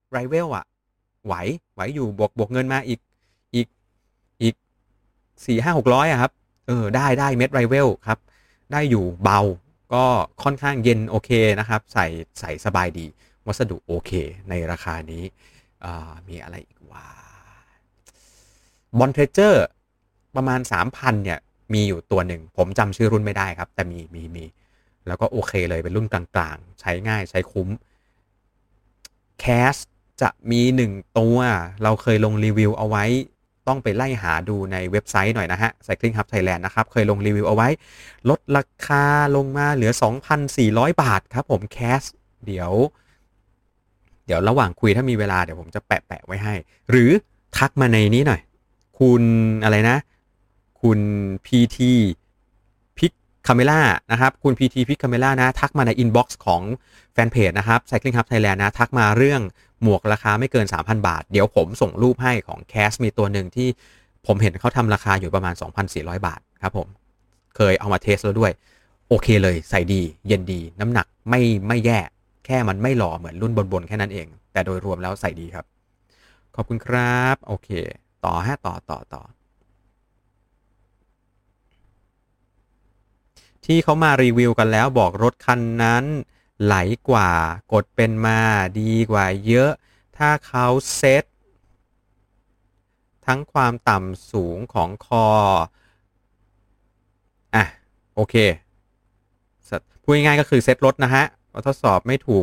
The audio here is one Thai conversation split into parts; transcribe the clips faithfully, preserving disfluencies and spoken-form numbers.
ไรเวลอะไหวไหวอยู่บวกบวกเงินมาอีกอีกอีกสี่ห้าหกร้อยอะครับเออได้ได้เม็ดไรเวลครับได้อยู่เบาก็ค่อนข้างเย็นโอเคนะครับใส่ใส่สบายดีวัสดุโอเคในราคานี้อ่ามีอะไรอีกว่าบอลเทรเจอร์ประมาณสามพันเนี่ยมีอยู่ตัวหนึ่งผมจำชื่อรุ่นไม่ได้ครับแต่มีมีมีแล้วก็โอเคเลยเป็นรุ่นกลางๆใช้ง่ายใช้คุ้ม แคสจะมีหนึ่งตัวเราเคยลงรีวิวเอาไว้ต้องไปไล่หาดูในเว็บไซต์หน่อยนะฮะ Cycling Hub Thailand นะครับเคยลงรีวิวเอาไว้ลดราคาลงมาเหลือ สองพันสี่ร้อย บาทครับผมแคสเดี๋ยวเดี๋ยวระหว่างคุยถ้ามีเวลาเดี๋ยวผมจะแปะแปะไว้ให้หรือทักมาในนี้หน่อยคุณอะไรนะคุณพีทีพิกคาเมล่านะครับคุณพีทีพิกคาเมล่านะทักมาในอินบ็อกซ์ของแฟนเพจนะครับ Cycling Hub Thailand นะทักมาเรื่องหมวกราคาไม่เกิน สามพัน บาทเดี๋ยวผมส่งรูปให้ของแคสมีตัวหนึ่งที่ผมเห็นเขาทำราคาอยู่ประมาณ สองพันสี่ร้อย บาทครับผมเคยเอามาเทสแล้วด้วยโอเคเลยใส่ดีเย็นดีน้ำหนักไม่ไม่แย่แค่มันไม่หล่อเหมือนรุ่นบนๆแค่นั้นเองแต่โดยรวมแล้วใส่ดีครับขอบคุณครับโอเคต่อฮะต่อต่อต่อ ที่เขามารีวิวกันแล้วบอกรถคันนั้นไหลกว่ากดเป็นมาดีกว่าเยอะถ้าเขาเซตทั้งความต่ำสูงของคออ่ะโอเคพูดง่ายๆก็คือเซตรถนะฮะทดสอบไม่ถูก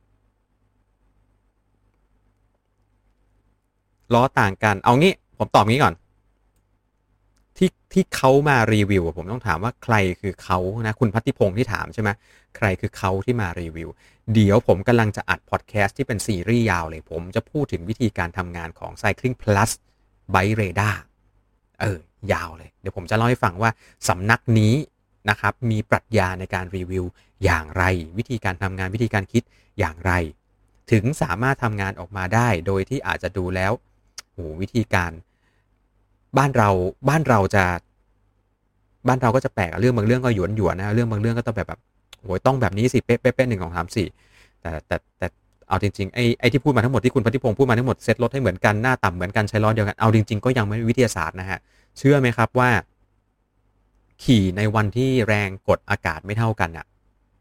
ล้อต่างกันเอางี้ผมตอบงี้ก่อน ที่ที่เขามารีวิวผมต้องถามว่าใครคือเขานะคุณพัทธิพงศ์ที่ถามใช่ไหมใครคือเขาที่มารีวิวเดี๋ยวผมกำลังจะอัดพอดแคสต์ที่เป็นซีรีส์ยาวเลยผมจะพูดถึงวิธีการทำงานของ Cycling Plus Bike Radar เออยาวเลยเดี๋ยวผมจะเล่าให้ฟังว่าสำนักนี้นะครับมีปรัชญาในการรีวิวอย่างไรวิธีการทำงานวิธีการคิดอย่างไรถึงสามารถทำงานออกมาได้โดยที่อาจจะดูแล้วโอ้วิธีการ บ้านเราบ้านเราจะบ้านเราก็จะแปลกเรื่องบางเรื่องก็หยวนหยวนนะเรื่องบางเรื่องก็ต้องแบบแบบโอ้ยต้องแบบนี้สิเป๊ะเป๊ะเป๊ะหนึ่งสองสามสี่แต่แต่แต่เอาจริงๆไอ้ไอ้ที่พูดมาทั้งหมดที่คุณพัทธิพงศ์พูดมาทั้งหมดเซตรถให้เหมือนกันหน้าต่ำเหมือนกันใช้ล้อเดียวกันเอาจริงๆก็ยังไม่วิทยาศาสตร์นะฮะเชื่อไหมครับว่าขี่ในวันที่แรงกดอากาศไม่เท่ากันอ่ะ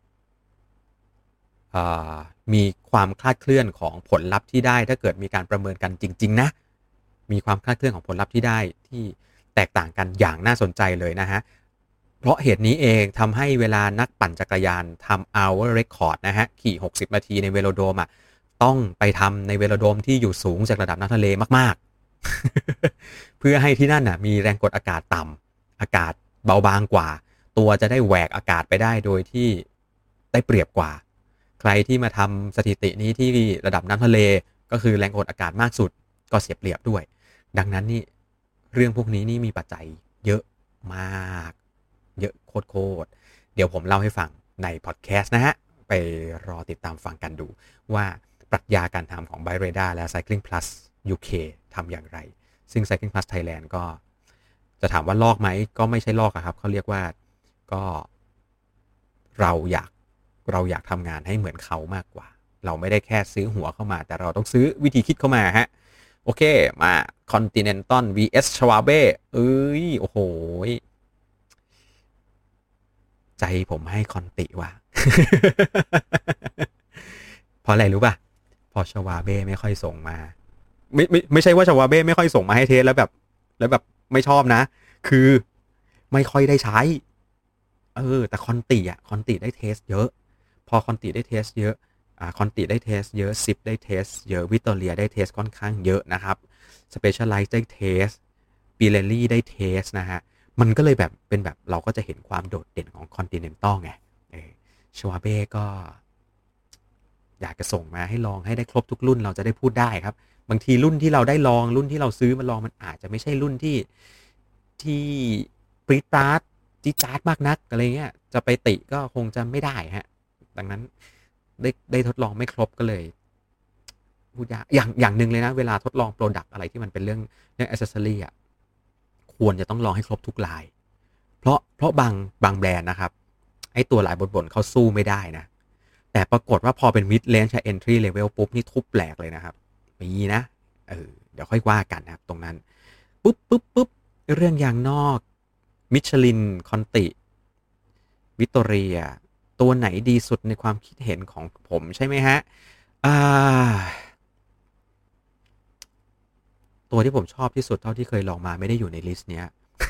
มีความคลาดเคลื่อนของผลลัพธ์ที่ได้ถ้าเกิดมีการประเมินกันจริงๆนะมีความคลาดเคลื่อนของผลลัพธ์ที่ได้ที่แตกต่างกันอย่างน่าสนใจเลยนะฮะเพราะเหตุนี้เองทำให้เวลานักปั่นจักรยานทำ hour record นะฮะขี่หกสิบนาทีในเวโลโดมอ่ะต้องไปทำในเวโลโดมที่อยู่สูงจากระดับน้ำทะเลมากๆเพื่อให้ที่นั่นน่ะมีแรงกดอากาศต่ำอากาศเบาบางกว่าตัวจะได้แหวกอากาศไปได้โดยที่ได้เปรียบกว่าใครที่มาทำสถิตินี้ที่ระดับน้ำทะเลก็คือแรงกดอากาศมากสุดก็เสียเปรียบด้วยดังนั้นนี่เรื่องพวกนี้นี่มีปัจจัยเยอะมากเยอะโคตรๆเดี๋ยวผมเล่าให้ฟังในพอดแคสต์นะฮะไปรอติดตามฟังกันดูว่าปรัชญาการทำของ Bike Radar และ Cycling Plus ยู เค ทำอย่างไรซึ่ง Cycling Plus Thailand ก็จะถามว่าลอกไหมก็ไม่ใช่ลอกครับเขาเรียกว่าก็เราอยากเราอยากทำงานให้เหมือนเขามากกว่าเราไม่ได้แค่ซื้อหัวเข้ามาแต่เราต้องซื้อวิธีคิดเข้ามาฮะโอเคมา Continental วี เอส Schwalbe เอ้ยโอ้โหใจผมให้คอนติว่ะ เพราะอะไรรู้ป่ะพอชวาเบ้ไม่ค่อยส่งมาไม่ไม่ไม่ใช่ว่าชวาเบ้ไม่ค่อยส่งมาให้เทสแล้วแบบแล้วแบบไม่ชอบนะคือไม่ค่อยได้ใช้เออแต่คอนติอ่ะคอนติได้เทสเยอะพอคอนติได้เทสเยอะอ่าคอนติได้เทสเยอะซิปได้เทสเยอะวิตอเรียได้เทสค่อนข้างเยอะนะครับสเปเชียลไลซ์ได้เทสปิเรลลี่ได้เทสนะฮะมันก็เลยแบบเป็นแบบเราก็จะเห็นความโดดเด่นของคอนติเนนตัลไงเออชวาเบ้ก็ อยากจะส่งมาให้ลองให้ได้ครบทุกรุ่นเราจะได้พูดได้ครับบางทีรุ่นที่เราได้ลองรุ่นที่เราซื้อมาลองมันอาจจะไม่ใช่รุ่นที่ที่ปรี๊ดปราดจี๊ดจ๊าดมากนักอะไรเงี้ยจะไปติก็คงจะไม่ได้ฮะดังนั้นได้ได้ทดลองไม่ครบก็เลยพูดยากอย่างอย่างหนึ่งเลยนะเวลาทดลองโปรดักต์อะไรที่มันเป็นเรื่องเรื่องอ c เซสซอรี่อ่ะควรจะต้องลองให้ครบทุกลายเพราะเพราะบางบางแบรนด์นะครับไอตัวลายบนๆเขาสู้ไม่ได้นะ แต่ปรากฏว่าพอเป็น mid range กับ entry level ปุ๊บนี่ทุบแหลกเลยนะครับมีนะเออเดี๋ยวค่อยว่ากันนะครับตรงนั้นปุ๊บปุ๊บปุ๊บเรื่องยางนอกมิชลินคอนติวิตตอเรียตัวไหนดีสุดในความคิดเห็นของผมใช่ไหมฮะอ่าตัวที่ผมชอบที่สุดเท่าที่เคยลองมาไม่ได้อยู่ในลิสต์เนี้ย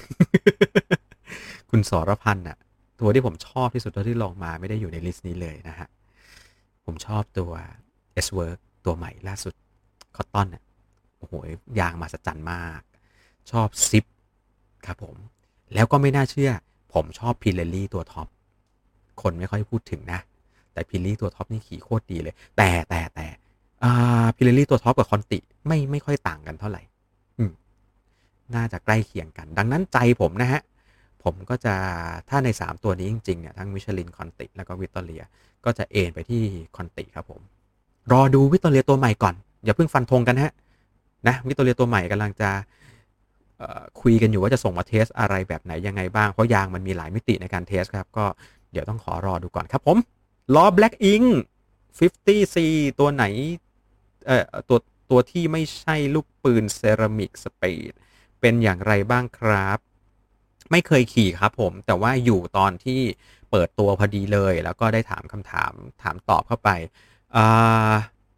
คุณสรพันธ์อ่ะตัวที่ผมชอบที่สุดเท่าที่ลองมาไม่ได้อยู่ในลิสต์นี้เลยนะฮะผมชอบตัว S-Work ตัวใหม่ล่าสุดคอตตอนเนี่ยโอ้โหยางมหัศจรรย์มากชอบซิปครับผมแล้วก็ไม่น่าเชื่อผมชอบพิเรลลี่ตัวท็อปคนไม่ค่อยพูดถึงนะแต่พิเรลลี่ตัวท็อปนี่ขี่โคตรดีเลยแต่แต่แต่อ่าพิเรลลี่ตัวท็อปกับคอนติไม่ไม่ค่อยต่างกันเท่าไหร่อืมน่าจะใกล้เคียงกันดังนั้นใจผมนะฮะผมก็จะถ้าในสามตัวนี้จริงๆเนี่ยทั้งมิชลินคอนติแล้วก็วิตตอเรียก็จะเอนไปที่คอนติครับผมรอดูวิตตอเรียตัวใหม่ก่อนอย่าเพิ่งฟันธงกันฮะนะวิตตอเรียตัวใหม่กำลังจะคุยกันอยู่ว่าจะส่งมาเทสอะไรแบบไหนยังไงบ้างเพราะยางมันมีหลายมิติในการเทสครับก็เดี๋ยวต้องขอรอดูก่อนครับผมล้อ Black Ink ฟิฟตี้ ซี ตัวไหนเอ่อตัวตัวที่ไม่ใช่ลูกปืนเซรามิกสปีดเป็นอย่างไรบ้างครับไม่เคยขี่ครับผมแต่ว่าอยู่ตอนที่เปิดตัวพอดีเลยแล้วก็ได้ถามคำถามถามตอบเข้าไปอ่า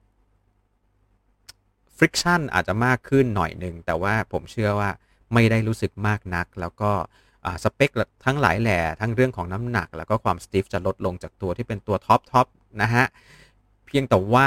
friction อาจจะมากขึ้นหน่อยหนึ่งแต่ว่าผมเชื่อว่าไม่ได้รู้สึกมากนักแล้วก็สเปคทั้งหลายแหล่ทั้งเรื่องของน้ำหนักแล้วก็ความ stiff จะลดลงจากตัวที่เป็นตัวท็อปท็อปนะฮะเพียงแต่ว่า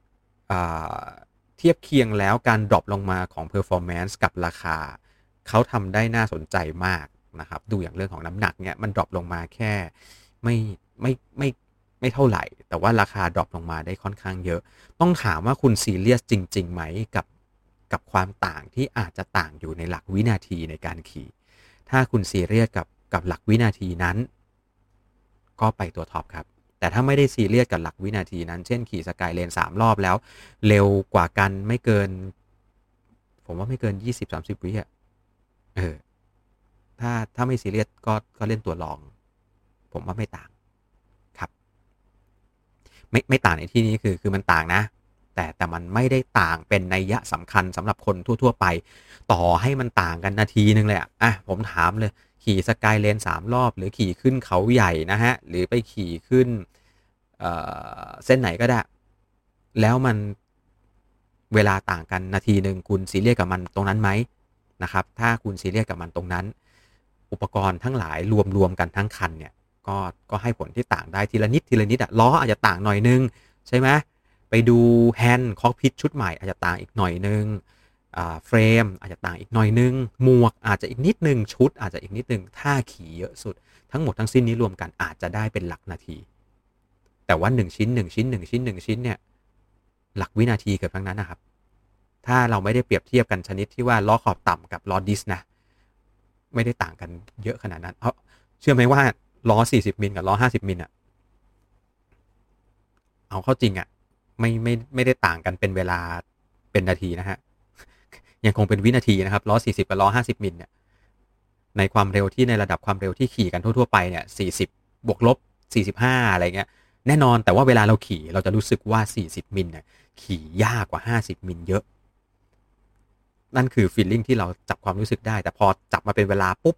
เทียบเคียงแล้วการดรอปลงมาของ performance กับราคาเขาทำได้น่าสนใจมากนะครับดูอย่างเรื่องของน้ำหนักเนี่ยมันดรอปลงมาแค่ไม่ไม่ไม่ไม่เท่าไหร่แต่ว่าราคาดรอปลงมาได้ค่อนข้างเยอะต้องถามว่าคุณซีเรียสจริงๆไหมกับกับความต่างที่อาจจะต่างอยู่ในหลักวินาทีในการขี่ถ้าคุณซีเรียสกับกับหลักวินาทีนั้นก็ไปตัวท็อปครับแต่ถ้าไม่ได้ซีเรียสกับหลักวินาทีนั้นเช่นขี่สกายเลนสามรอบแล้วเร็วกว่ากันไม่เกินผมว่าไม่เกิน ยี่สิบถึงสามสิบ วิอ่ะเออถ้าถ้าไม่ซีเรียสก็ก็เล่นตัวรองผมว่าไม่ต่างครับไม่ไม่ต่างในที่นี้คือคือมันต่างนะแต่แต่มันไม่ได้ต่างเป็นนัยยะสำคัญสำหรับคนทั่วๆไปต่อให้มันต่างกันนาทีนึงเลยอ่ะอ่ะผมถามเลยขี่สกายเลนสามรอบหรือขี่ขึ้นเขาใหญ่นะฮะหรือไปขี่ขึ้น เอ่อ เส้นไหนก็ได้แล้วมันเวลาต่างกันนาทีหนึ่งคุณซีเรียสกับมันตรงนั้นไหมนะครับถ้าคุณซีเรียสกับมันตรงนั้นอุปกรณ์ทั้งหลายรวมๆกันทั้งคันเนี่ยก็ก็ให้ผลที่ต่างได้ทีละนิดทีละนิดอะล้ออาจจะต่างหน่อยนึงใช่ไหมไปดูแฮนด์คอกพิทชุดใหม่อาจจะต่างอีกหน่อยนึงเฟรมอาจจะต่างอีกหน่อยนึงหมวกอาจจะอีกนิดนึงชุดอาจจะอีกนิดนึงถ้าขี่เยอะสุดทั้งหมดทั้งสิ้นนี้รวมกันอาจจะได้เป็นหลักนาทีแต่ว่าหนึ่งชิ้นหนึ่งชิ้นหนึ่งชิ้นหนึ่งชิ้นเนี่ยหลักวินาทีเกือบทั้งนั้นนะครับถ้าเราไม่ได้เปรียบเทียบกันชนิดที่ว่าล้อขอบต่ำกับล้อดิสนะไม่ได้ต่างกันเยอะขนาดนั้นเพราะเชื่อไหมว่าล้อสี่สิบมิลกับล้อห้าสิบมิลอะเอาเข้าจริงอะไม่ไม่ไม่ได้ต่างกันเป็นเวลาเป็นนาทีนะฮะยังคงเป็นวินาทีนะครับล้อสี่สิบกับล้อห้าสิบมิลเนี่ยในความเร็วที่ในระดับความเร็วที่ขี่กันทั่วๆไปเนี่ยสี่สิบบวกลบสี่สิบห้าอะไรเงี้ยแน่นอนแต่ว่าเวลาเราขี่เราจะรู้สึกว่าสี่สิบมิลเนี่ยขี่ยากกว่าห้าสิบมิลเยอะนั่นคือฟีลลิ่งที่เราจับความรู้สึกได้แต่พอจับมาเป็นเวลาปุ๊บ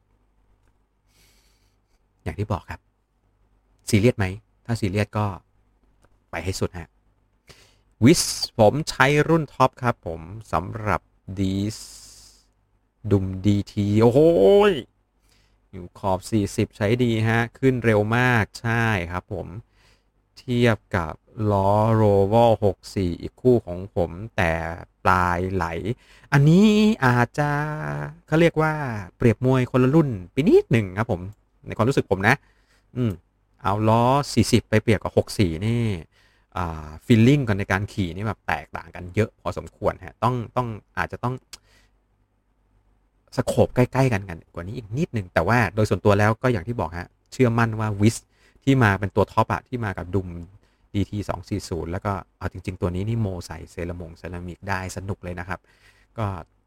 อย่างที่บอกครับซีเรียสไหมถ้าซีเรียสก็ไปให้สุดฮะวิสผมใช้รุ่นท็อปครับผมสำหรับดีสดุม ดี ที โอ้โหอยู่ขอบสี่สิบใช้ดีฮะขึ้นเร็วมากใช่ครับผมเทียบกับล้อโรวอลหกสิบสี่อีกคู่ของผมแต่ปลายไหลอันนี้อาจจะเขาเรียกว่าเปรียบมวยคนละรุ่นไปนิดหนึ่งครับผมในความรู้สึกผมนะอืมเอาล้อสี่สิบไปเปรียบกับหกสิบสี่นี่อ่าฟีลลิ่งกันในการขี่นี่แบบแตกต่างกันเยอะพอสมควรฮะต้องต้องอาจจะต้องสโคปใกล้ๆกันกันกว่านี้อีกนิดนึงแต่ว่าโดยส่วนตัวแล้วก็อย่างที่บอกฮะเชื่อมั่นว่าวิสที่มาเป็นตัวท็อปอะที่มากับดุม ดี ที สองสี่ศูนย์แล้วก็เอาจริงๆตัวนี้นี่โมใส่เซรามงเซรามิกได้สนุกเลยนะครับก็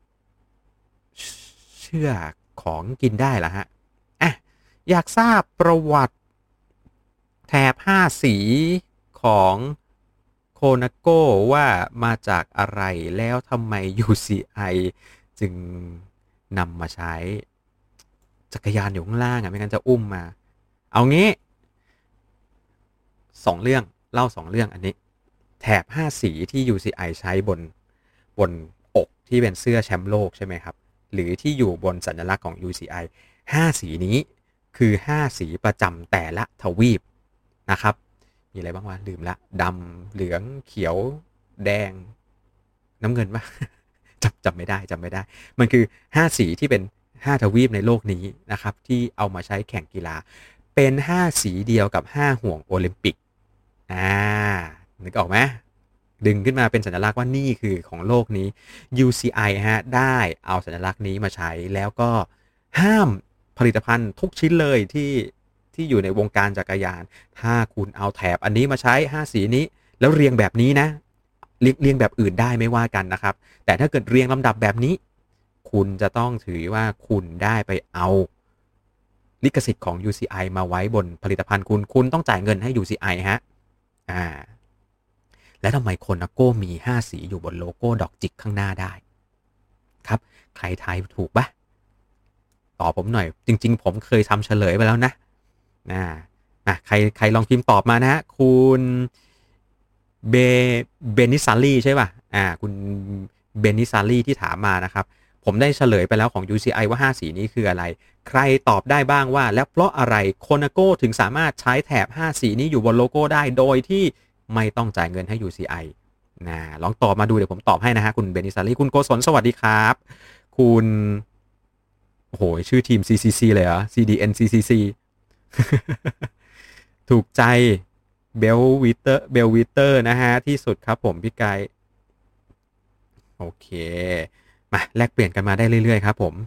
เชื่อของกินได้ละฮะอ่ะอยากทราบประวัติแถบห้าสีของโคนาโกว่ามาจากอะไรแล้วทำไม ยู ซี ไอ จึงนำมาใช้จักรยานอยู่ข้างล่างอ่ะไม่งั้นจะอุ้มมาเอางี้สองเรื่องเล่าสองเรื่องอันนี้แถบห้าสีที่ ยู ซี ไอ ใช้บนบนอกที่เป็นเสื้อแชมป์โลกใช่ไหมครับหรือที่อยู่บนสัญลักษณ์ของ ยู ซี ไอ ห้าสีนี้คือห้าสีประจำแต่ละทวีปนะครับมีอะไรบ้างวะลืมละดำเหลืองเขียวแดงน้ำเงินปะ จำจำไม่ได้จำไม่ได้มันคือห้าสีที่เป็นห้าทวีปในโลกนี้นะครับที่เอามาใช้แข่งกีฬาเป็นห้าสีเดียวกับห้าห่วงโอลิมปิกอ่านึกออกไหมดึงขึ้นมาเป็นสัญลักษณ์ว่านี่คือของโลกนี้ ยู ซี ไอ ฮะได้เอาสัญลักษณ์นี้มาใช้แล้วก็ห้ามผลิตภัณฑ์ทุกชิ้นเลยที่ที่อยู่ในวงการจักรยานถ้าคุณเอาแถบอันนี้มาใช้ห้าสีนี้แล้วเรียงแบบนี้นะเรียงเรียงแบบอื่นได้ไม่ว่ากันนะครับแต่ถ้าเกิดเรียงลำดับแบบนี้คุณจะต้องถือว่าคุณได้ไปเอาลิขสิทธิ์ของ ยู ซี ไอ มาไว้บนผลิตภัณฑ์คุณคุณต้องจ่ายเงินให้ ยู ซี ไอ ฮะอ่าแล้วทำไมโคนาโก้มีห้าสีอยู่บนโลโก้ดอกจิกข้างหน้าได้ครับใครทายถูกปะตอบผมหน่อยจริงๆผมเคยทำเฉลยไปแล้วนะนะนะใครใครลองพิมพ์ตอบมานะฮะคุณเบเบนิซารีใช่ป่ะอ่าคุณเบนิซารีที่ถามมานะครับผมได้เฉลยไปแล้วของ ยู ซี ไอ ว่าห้าสีนี้คืออะไรใครตอบได้บ้างว่าแล้วเพราะอะไรโคนาโก้ถึงสามารถใช้แถบห้าสีนี้อยู่บนโลโก้ได้โดยที่ไม่ต้องจ่ายเงินให้ ยู ซี ไอ นะลองตอบมาดูเดี๋ยวผมตอบให้นะฮะคุณเบนิซารีคุณโกศลสวัสดีครับคุณโอ้โหชื่อทีม ซี ซี ซี เลยเหรอ ซี ดี เอ็น ซี ซี ซี ถูกใจเบลวิเตอร์เบลวิเตอร์นะฮะที่สุดครับผมพี่ไกโอเคมาแลกเปลี่ยนกันมาได้เรื่อยๆครับผม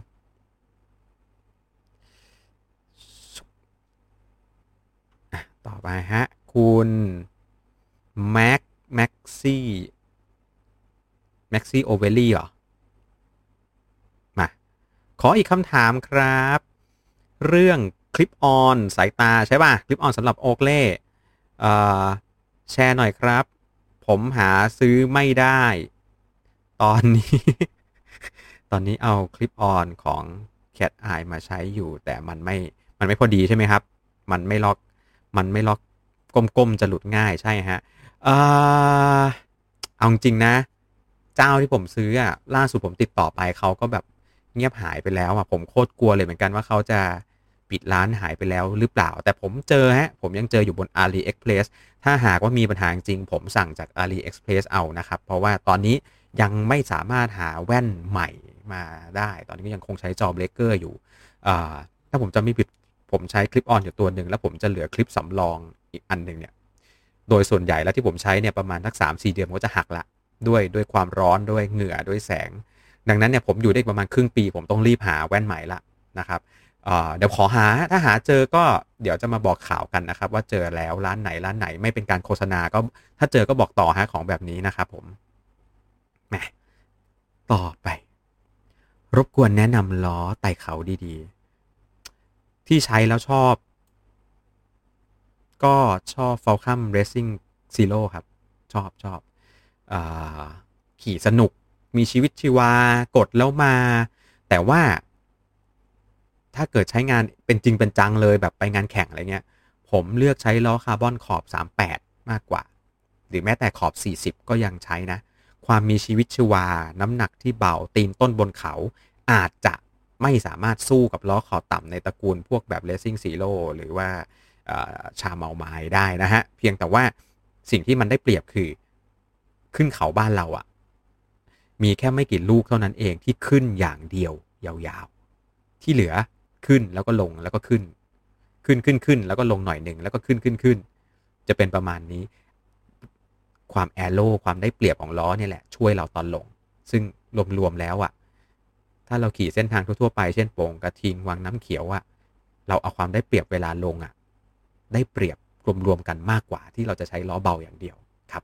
ต่อไปฮะคุณแม็กแม็กซี่แม็กซี่โอเวลลี่เหรอมาขออีกคำถามครับเรื่องคลิปออนสายตาใช่ป่ะคลิปออนสำหรับโอเล่แชร์หน่อยครับผมหาซื้อไม่ได้ตอนนี้ ตอนนี้เอาคลิปออนของ Cat Eye มาใช้อยู่แต่มันไม่มันไม่พอดีใช่ไหมครับมันไม่ล็อกมันไม่ล็อกก้มๆจะหลุดง่ายใช่ฮะเออเอาจริงนะเจ้าที่ผมซื้ออ่ะล่าสุดผมติดต่อไปเขาก็แบบเงียบหายไปแล้วอ่ะผมโคตรกลัวเลยเหมือนกันว่าเขาจะปิดร้านหายไปแล้วหรือเปล่าแต่ผมเจอฮะผมยังเจออยู่บน AliExpress ถ้าหากว่ามีปัญหาจริงผมสั่งจาก AliExpress เอานะครับเพราะว่าตอนนี้ยังไม่สามารถหาแว่นใหม่มาได้ตอนนี้ก็ยังคงใช้จอเบรกเกอร์อยู่ถ้าผมจะไม่ผิดผมใช้คลิปออนอยู่ตัวหนึ่งแล้วผมจะเหลือคลิปสำรองอีกอันหนึ่งเนี่ยโดยส่วนใหญ่แล้วที่ผมใช้เนี่ยประมาณสักสามสี่เดือนมันก็จะหักละด้วยด้วยความร้อนด้วยเหงื่อด้วยแสงดังนั้นเนี่ยผมอยู่ได้ประมาณครึ่งปีผมต้องรีบหาแว่นใหม่ละนะครับเดี๋ยวขอหาถ้าหาเจอก็เดี๋ยวจะมาบอกข่าวกันนะครับว่าเจอแล้วร้านไหนร้านไหนไม่เป็นการโฆษณาก็ถ้าเจอก็บอกต่อฮะของแบบนี้นะครับผมแหมต่อไปรบกวนแนะนำล้อไต่เขาดีๆที่ใช้แล้วชอบก็ชอบ Falcon Racing Zero ครับชอบชอบอ่าขี่สนุกมีชีวิตชีวากดแล้วมาแต่ว่าถ้าเกิดใช้งานเป็นจริงเป็นจังเลยแบบไปงานแข่งอะไรเงี้ยผมเลือกใช้ล้อคาร์บอนขอบสามสิบแปดมากกว่าหรือแม้แต่ขอบสี่สิบก็ยังใช้นะความมีชีวิตชีวาน้ำหนักที่เบาตีนต้นบนเขาอาจจะไม่สามารถสู้กับล้อขอบต่ำในตระกูลพวกแบบ Racing Zero หรือว่าชาเมาไม้ได้นะฮะเพียงแต่ว่าสิ่งที่มันได้เปรียบคือขึ้นเขาบ้านเราอะมีแค่ไม่กี่ลูกเท่านั้นเองที่ขึ้นอย่างเดียวยาวๆที่เหลือขึ้นแล้วก็ลงแล้วก็ขึ้นขึ้นขึ้นขึ้นแล้วก็ลงหน่อยหนึ่งแล้วก็ขึ้นขึ้นขึ้นจะเป็นประมาณนี้ความแอโร่ความได้เปรียบของล้อเนี่ยแหละช่วยเราตอนลงซึ่งรวมๆแล้วอะถ้าเราขี่เส้นทางทั่วๆไปเช่นโป่งกระทิงวังน้ำเขียวอะเราเอาความได้เปรียบเวลาลงอะได้เปรียบรวมๆกันมากกว่าที่เราจะใช้ล้อเบาอย่างเดียวครับ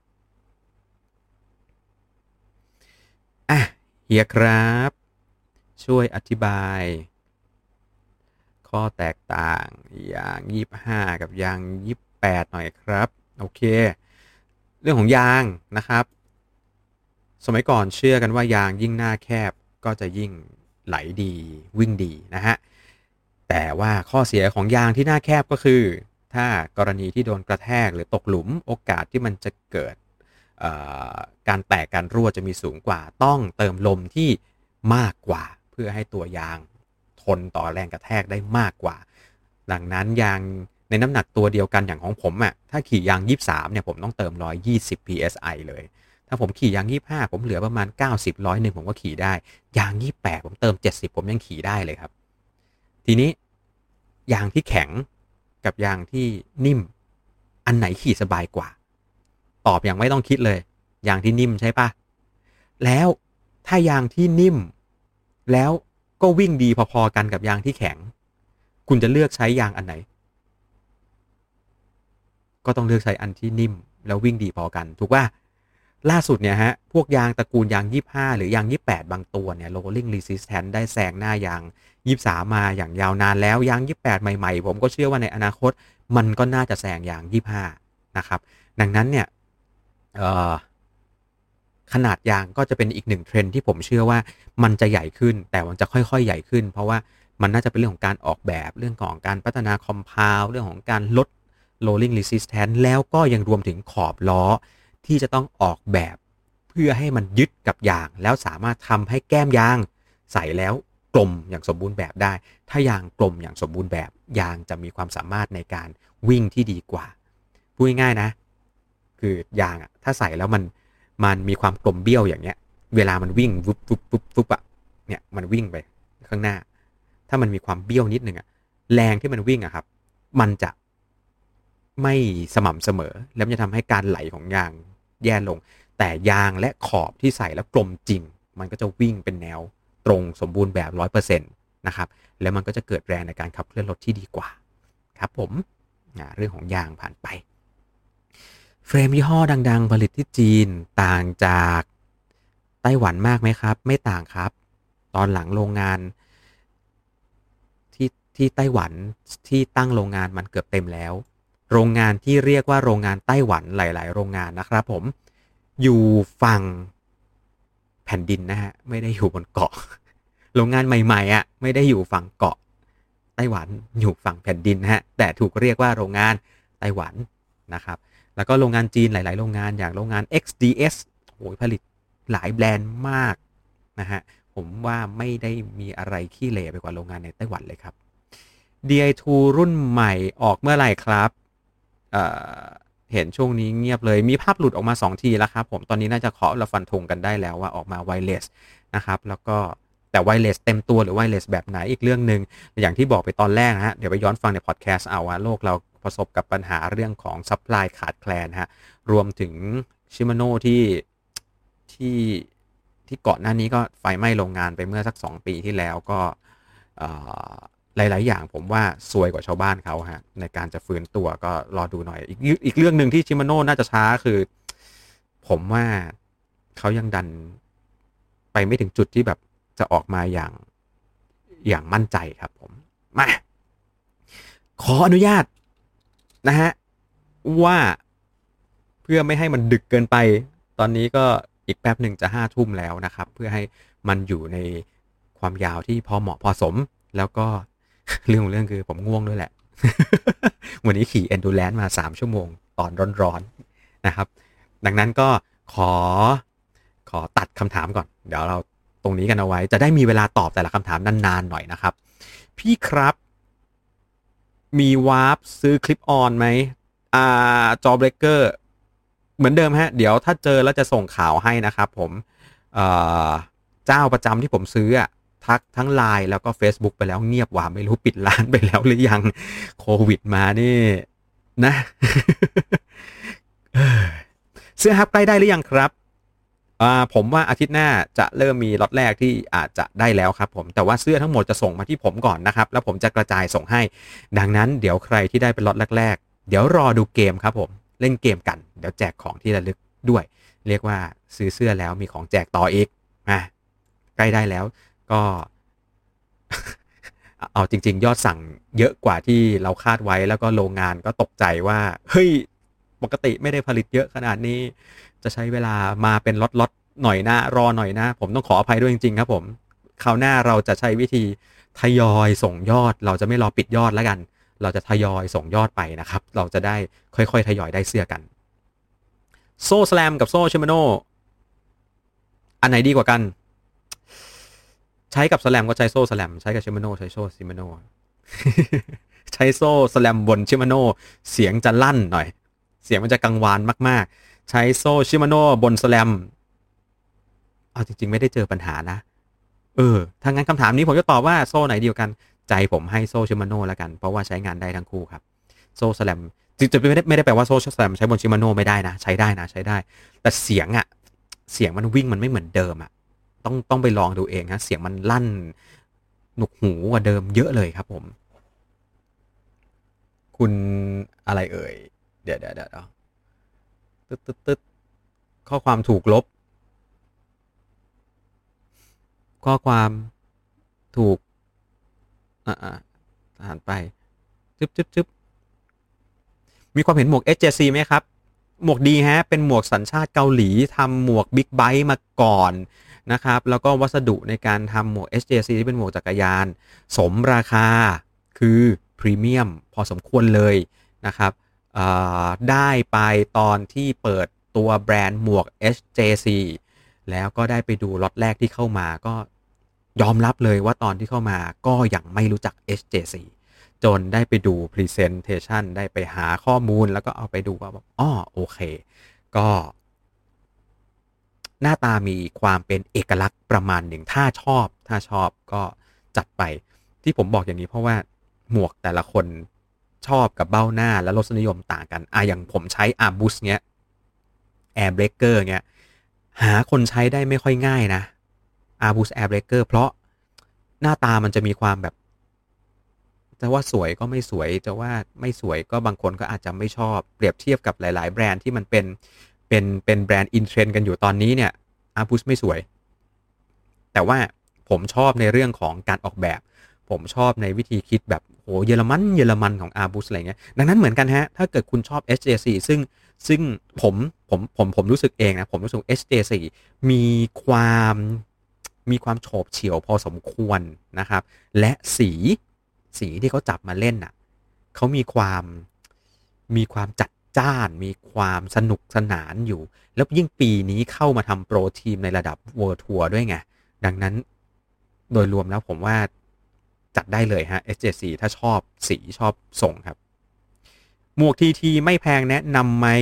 อ่ะเฮียครับช่วยอธิบายข้อแตกต่างยางยี่สิบห้ากับยางยี่สิบแปดหน่อยครับโอเคเรื่องของยางนะครับสมัยก่อนเชื่อกันว่ายางยิ่งหน้าแคบก็จะยิ่งไหลดีวิ่งดีนะฮะแต่ว่าข้อเสียของยางที่หน้าแคบก็คือถ้ากรณีที่โดนกระแทกหรือตกหลุมโอกาสที่มันจะเกิดการแตกการรั่วจะมีสูงกว่าต้องเติมลมที่มากกว่าเพื่อให้ตัวยางทนต่อแรงกระแทกได้มากกว่าดังนั้นยางในน้ำหนักตัวเดียวกันอย่างของผมอ่ะถ้าขี่ยางยี่สิบสามเนี่ยผมต้องเติมหนึ่งร้อยยี่สิบ พี เอส ไอ เลยถ้าผมขี่ยางยี่สิบห้าผมเหลือประมาณเก้าสิบ หนึ่งร้อยผมก็ขี่ได้ยางยี่สิบแปดผมเติมเจ็ดสิบผมยังขี่ได้เลยครับทีนี้ยางที่แข็งกับยางที่นิ่มอันไหนขี่สบายกว่าตอบอย่างไม่ต้องคิดเลยยางที่นิ่มใช่ปะแล้วถ้ายางที่นิ่มแล้วก็วิ่งดีพอๆกันกับยางที่แข็งคุณจะเลือกใช้ยางอันไหนก็ต้องเลือกใช้อันที่นิ่มแล้ววิ่งดีพอกันถูกป่ะล่าสุดเนี่ยฮะพวกยางตระกูลยางยี่สิบห้าหรือยางยี่สิบแปดบางตัวเนี่ย rolling resistance ได้แซงหน้ายางยี่สิบสามมาอย่างยาวนานแล้วยางยี่สิบแปดใหม่ๆผมก็เชื่อว่าในอนาคตมันก็น่าจะแซงยางยี่สิบห้านะครับดังนั้นเนี่ยเอ่อขนาดยางก็จะเป็นอีกหนึ่งเทรนด์ที่ผมเชื่อว่ามันจะใหญ่ขึ้นแต่มันจะค่อยๆใหญ่ขึ้นเพราะว่ามันน่าจะเป็นเรื่องของการออกแบบเรื่องของการพัฒนาคอมเพลเรื่องของการลด rolling resistance แล้วก็ยังรวมถึงขอบล้อที่จะต้องออกแบบเพื่อให้มันยึดกับยางแล้วสามารถทำให้แก้มยางใส่แล้วกลมอย่างสมบูรณ์แบบได้ถ้ายางกลมอย่างสมบูรณ์แบบยางจะมีความสามารถในการวิ่งที่ดีกว่าพูดง่ายๆนะคือยางอ่ะถ้าใส่แล้วมันมันมีความกลมเบี้ยวอย่างเงี้ยเวลามันวิ่งวุบวุบวุบวุบอ่ะเนี่ยมันวิ่งไปข้างหน้าถ้ามันมีความเบี้ยวนิดนึงอ่ะแรงที่มันวิ่งอ่ะครับมันจะไม่สม่ำเสมอแล้วจะทำให้การไหลของยางแย่ลงแต่ยางและขอบที่ใส่แล้วกลมจริงมันก็จะวิ่งเป็นแนวตรงสมบูรณ์แบบ ร้อยเปอร์เซ็นต์ นะครับแล้วมันก็จะเกิดแรงในการขับเคลื่อนรถที่ดีกว่าครับผมเรื่องของยางผ่านไปเฟรมยี่ห้อดังๆผลิตที่จีนต่างจากไต้หวันมากไหมครับไม่ต่างครับตอนหลังโรงงานที่ที่ไต้หวันที่ตั้งโรงงานมันเกือบเต็มแล้วโรงงานที่เรียกว่าโรงงานไต้หวันหลายๆโรงงานนะครับผมอยู่ฝั่งแผ่นดินนะฮะไม่ได้อยู่บนเกาะโรงงานใหม่ๆอ่ะไม่ได้อยู่ฝั่งเกาะไต้หวันอยู่ฝั่งแผ่นดินนะฮะแต่ถูกเรียกว่าโรงงานไต้หวันนะครับแล้วก็โรงงานจีนหลายๆโรงงานอย่างโรงงาน เอ็กซ์ ดี เอส โอ้ยผลิตหลายแบรนด์มากนะฮะผมว่าไม่ได้มีอะไรขี้เหร่ไปกว่าโรงงานในไต้หวันเลยครับ ดี ไอ ทู รุ่นใหม่ออกเมื่อไหร่ครับเอ่อเห็นช่วงนี้เงียบเลยมีภาพหลุดออกมาสองทีแล้วครับผมตอนนี้น่าจะเคาะและฟันธงกันได้แล้วว่าออกมาไวเลสนะครับแล้วก็แต่ไวเลสเต็มตัวหรือไวเลสแบบไหนอีกเรื่องนึงอย่างที่บอกไปตอนแรกนะฮะเดี๋ยวไปย้อนฟังในพอดแคสต์เอาว่าโลกเราประสบกับปัญหาเรื่องของซัพพลายขาดแคลนฮะรวมถึงชิมาโน่ที่ที่ที่ก่อนหน้านี้ก็ไฟไหม้โรงงานไปเมื่อสักสองปีที่แล้วก็หลายๆอย่างผมว่าซวยกว่าชาวบ้านเขาฮะในการจะฟื้นตัวก็รอดูหน่อยอีกอีกเรื่องหนึ่งที่ชิมาโน่น่าจะช้าคือผมว่าเขายังดันไปไม่ถึงจุดที่แบบจะออกมาอย่างอย่างมั่นใจครับผมมาขออนุญาตนะฮะว่าเพื่อไม่ให้มันดึกเกินไปตอนนี้ก็อีกแป๊บหนึ่งจะห้าทุ่มแล้วนะครับเพื่อให้มันอยู่ในความยาวที่พอเหมาะพอสมแล้วก็เรื่องของเรื่องคือผมง่วงด้วยแหละ วันนี้ขี่ Endurance มาสามชั่วโมงตอนร้อนๆนะครับดังนั้นก็ขอขอตัดคำถามก่อนเดี๋ยวเราตรงนี้กันเอาไว้จะได้มีเวลาตอบแต่ละคำถามนานๆหน่อยนะครับพี่ครับมีวาร์ปซื้อคลิปออนไหมอ่าจอเบรกเกอร์เหมือนเดิมฮะเดี๋ยวถ้าเจอแล้วจะส่งข่าวให้นะครับผมเอ่อเจ้าประจำที่ผมซื้ออะทักทั้ง ไลน์ แล้วก็ Facebook ไปแล้วเงียบว่าไม่รู้ปิดร้านไปแล้วหรือยังโควิดมานี่นะ เสื้อฮับใกล้ได้หรือยังครับอ่าผมว่าอาทิตย์หน้าจะเริ่มมีล็อตแรกที่อาจจะได้แล้วครับผมแต่ว่าเสื้อทั้งหมดจะส่งมาที่ผมก่อนนะครับแล้วผมจะกระจายส่งให้ดังนั้นเดี๋ยวใครที่ได้เป็นล็อตแรกๆเดี๋ยวรอดูเกมครับผมเล่นเกมกันเดี๋ยวแจกของที่ระลึกด้วยเรียกว่าซื้อเสื้อแล้วมีของแจกต่ออีกอ่ะใกล้ได้แล้วก็ เอาจริงๆยอดสั่งเยอะกว่าที่เราคาดไว้แล้วก็โรงงานก็ตกใจว่าเฮ้ยปกติไม่ได้ผลิตเยอะขนาดนี้จะใช้เวลามาเป็นล็อตๆหน่อยนะรอหน่อยนะผมต้องขออภัยด้วยจริงๆครับผมคราวหน้าเราจะใช้วิธีทยอยส่งยอดเราจะไม่รอปิดยอดแล้วกันเราจะทยอยส่งยอดไปนะครับเราจะได้ค่อยๆทยอยได้เสื้อกันโซ่สแลมกับโซ่ชิมาโน่อันไหนดีกว่ากันใช้กับสแลมก็ใช้โซ่สแลมใช้กับชิมาโน่ใช้โซ่ชิมาโน่ใช้โซ่สแลมบนชิมาโน่เสียงจะลั่นหน่อยเสียงมันจะกังวานมากๆใช้โซ่ชิมาโน่บนสแลมเอาจริงๆไม่ได้เจอปัญหานะเออถ้างั้นคำถามนี้ผมจะตอบว่าโซ่ไหนดีกว่ากันใจผมให้โซ่ชิมาโน่แล้วกันเพราะว่าใช้งานได้ทั้งคู่ครับโซ่สแลมจริงๆไม่ได้ไม่ได้แปลว่าโซ่สแลมใช้บนชิมาโน่ไม่ได้นะใช้ได้นะใช้ได้แต่เสียงอะเสียงมันวิ่งมันไม่เหมือนเดิมอะต้องต้องไปลองดูเองฮะเสียงมันลั่นหนุกหูกว่าเดิมเยอะเลยครับผมคุณอะไรเอ่ยเดี๋ยวเดี๋ยวเดี๋ยวตึ๊ดตึ๊ดตึ๊ดข้อความถูกลบข้อความถูกอ่าอ่าอ่านไปจึ๊บจึ๊บจึ๊บมีความเห็นหมวก เอส เจ ซี ไหมครับหมวกดีฮะเป็นหมวกสัญชาติเกาหลีทำหมวกบิ๊กไบค์มาก่อนนะครับแล้วก็วัสดุในการทำหมวก เอส เจ ซี ที่เป็นหมวกจักรยานสมราคาคือพรีเมียมพอสมควรเลยนะครับได้ไปตอนที่เปิดตัวแบรนด์หมวก เอส เจ ซี แล้วก็ได้ไปดูล็อตแรกที่เข้ามาก็ยอมรับเลยว่าตอนที่เข้ามาก็ยังไม่รู้จัก เอส เจ ซี จนได้ไปดู Presentation ได้ไปหาข้อมูลแล้วก็เอาไปดูว่าแบบอ้อโอเคก็หน้าตามีความเป็นเอกลักษณ์ประมาณหนึ่งถ้าชอบถ้าชอบก็จัดไปที่ผมบอกอย่างนี้เพราะว่าหมวกแต่ละคนชอบกับเบ้าหน้าและรสนิยมต่างกันอ่ะอย่างผมใช้ Arbus เงี้ย Air Breaker เงี้ยหาคนใช้ได้ไม่ค่อยง่ายนะ Arbus Air Breaker เพราะหน้าตามันจะมีความแบบจะว่าสวยก็ไม่สวยจะว่าไม่สวยก็บางคนก็อาจจะไม่ชอบเปรียบเทียบกับหลายๆแบรนด์ที่มันเป็นเป็นเป็นแบรนด์อินเทรนด์กันอยู่ตอนนี้เนี่ย Arbus ไม่สวยแต่ว่าผมชอบในเรื่องของการออกแบบผมชอบในวิธีคิดแบบโหเยอรมันเยอรมันของ Arbus อะไรเงี้ยดังนั้นเหมือนกันฮะถ้าเกิดคุณชอบ เอส เจ ซี ซึ่งซึ่งผมผมผมผมรู้สึกเองนะผมรู้สึก เอส เจ ซี มีความมีความโฉบเฉี่ยวพอสมควรนะครับและสีสีที่เขาจับมาเล่นน่ะเขามีความมีความจัดจ้านมีความสนุกสนานอยู่แล้วยิ่งปีนี้เข้ามาทำโปรทีมในระดับ World Tour ด้วยไงดังนั้นโดยรวมแล้วผมว่าจัดได้เลยฮะ เอส เจ ซี ถ้าชอบสีชอบส่งครับหมวก ที ที ไม่แพงแนะนำไหม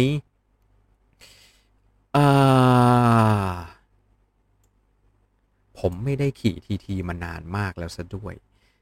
เอ่อผมไม่ได้ขี่ ที ที มานานมากแล้วซะด้วย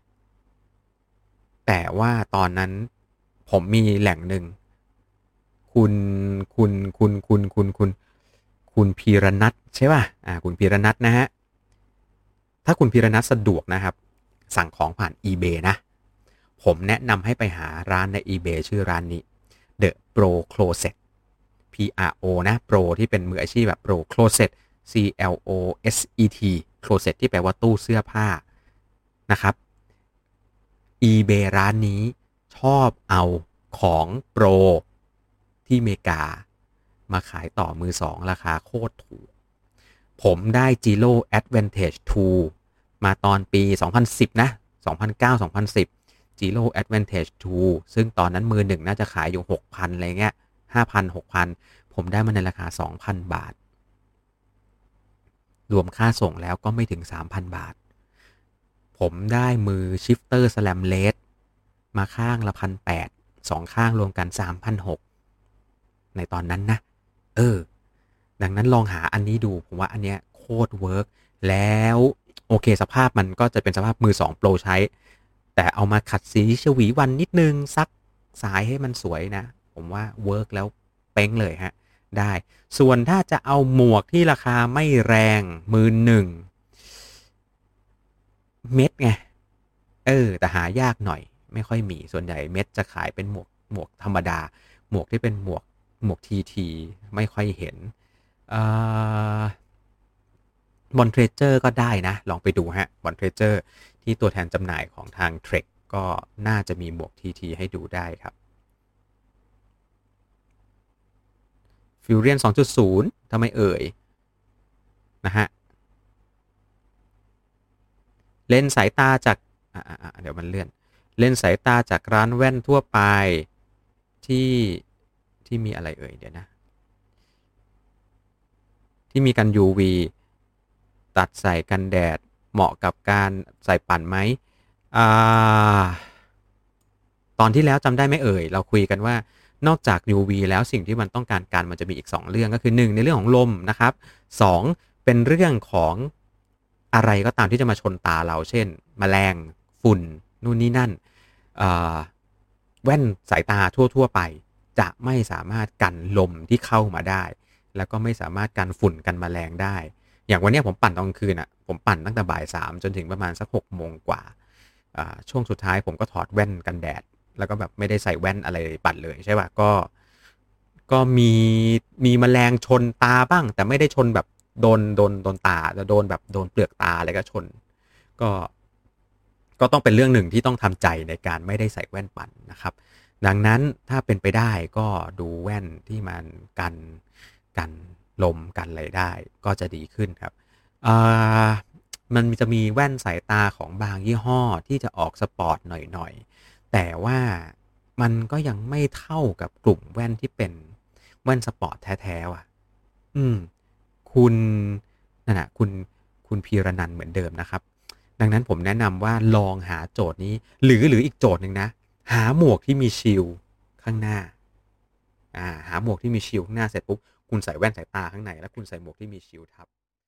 แต่ว่าตอนนั้นผมมีแหล่งหนึ่งคุณคุณคุณคุณคุณคุณคุณพีรนัทใช่ป่ะอ่าคุณพีรนัทนะฮะถ้าคุณพีรนัทสะดวกนะครับสั่งของผ่าน eBay นะผมแนะนำให้ไปหาร้านใน eBay ชื่อร้านนี้ The Pro Closet P R O นะ Pro ที่เป็นมืออาชีพแบบ Pro Closet C L O S E T Closet ที่แปลว่าตู้เสื้อผ้านะครับ eBay ร้านนี้ชอบเอาของโปรที่อเมริกามาขายต่อมือสองราคาโคตรถูกผมได้ Giro Advantage ทู มาตอนปีสองพันสิบนะสองพันเก้า สองพันสิบ Giro Advantage ทู ซึ่งตอนนั้นมือหนึ่งน่าจะขายอยู่ หกพัน อะไรเงี้ย ห้าพัน หกพัน ผมได้มาในราคา สองพัน บาทรวมค่าส่งแล้วก็ไม่ถึง สามพัน บาทผมได้มือ Shifter Slam Led มาข้างละ หนึ่งพันแปดร้อย สองข้างรวมกัน สามพันหกร้อย ในตอนนั้นนะเออดังนั้นลองหาอันนี้ดูผมว่าอันเนี้ยโคตรเวิร์กแล้วโอเคสภาพมันก็จะเป็นสภาพมือสองโปรใช้แต่เอามาขัดสีฉวีวันนิดนึงซักสายให้มันสวยนะผมว่าเวิร์กแล้วเป้งเลยฮะได้ส่วนถ้าจะเอาหมวกที่ราคาไม่แรงมือหนึ่งเม็ดไงเออแต่หายากหน่อยไม่ค่อยมีส่วนใหญ่เม็ดจะขายเป็นหมวกหมวกธรรมดาหมวกที่เป็นหมวกหมวกทีทีไม่ค่อยเห็นบอนเทรเจอร์ก็ได้นะลองไปดูฮะบอนเทรเจอร์ที่ตัวแทนจำหน่ายของทางเทรคก็น่าจะมีหมวกทีทีให้ดูได้ครับฟิวเรียน สองจุดศูนย์ ทำไมเอ่ยนะฮะเลนส์สายตาจากอ่าเดี๋ยวมันเลื่อนเลนส์สายตาจากร้านแว่นทั่วไปที่ที่มีอะไรเอ่ยเดี๋ยวนะที่มีกัน ยู วี ตัดใส่กันแดดเหมาะกับการใส่ปั่นไหมอ่าตอนที่แล้วจำได้ไหมเอ่ยเราคุยกันว่านอกจาก ยู วี แล้วสิ่งที่มันต้องการกันมันจะมีอีกสองเรื่องก็คือหนึ่งในเรื่องของลมนะครับสองเป็นเรื่องของอะไรก็ตามที่จะมาชนตาเราเช่นแมลงฝุ่นนู่นนี่นั่นแว่นสายตาทั่วๆไปจะไม่สามารถกันลมที่เข้ามาได้แล้วก็ไม่สามารถกันฝุ่นกันแมลงได้อย่างวันนี้ผมปั่นตอนกลางคืนอ่ะผมปั่นตั้งแต่บ่ายสามจนถึงประมาณสักหกโมงกว่าช่วงสุดท้ายผมก็ถอดแว่นกันแดดแล้วก็แบบไม่ได้ใส่แว่นอะไรปั่นเลยใช่ป่ะก็ก็มีมีแมลงชนตาบ้างแต่ไม่ได้ชนแบบโดนโดนโดนตาแต่โดนแบบโดนเปลือกตาอะไรก็ชนก็ก็ต้องเป็นเรื่องหนึ่งที่ต้องทำใจในการไม่ได้ใส่แว่นปั่นนะครับดังนั้นถ้าเป็นไปได้ก็ดูแว่นที่มันกันกันลมกันอะไรได้ก็จะดีขึ้นครับมันจะมีแว่นสายตาของบางยี่ห้อที่จะออกสปอร์ตหน่อยๆแต่ว่ามันก็ยังไม่เท่ากับกลุ่มแว่นที่เป็นแว่นสปอร์ตแท้ๆว่ะอืมคุณนั่นน่ะคุณคุณพีรนันท์เหมือนเดิมนะครับดังนั้นผมแนะนำว่าลองหาโจทย์นี้หรือหรืออีกโจทย์หนึ่งนะหาหมวกที่มีชิลข้างหน้าอ่าหาหมวกที่มีชิลข้างหน้าเสร็จปุ๊บคุณใส่แว่นสายตาข้างในแล้วคุณใส่หมวกที่มีชิลทับ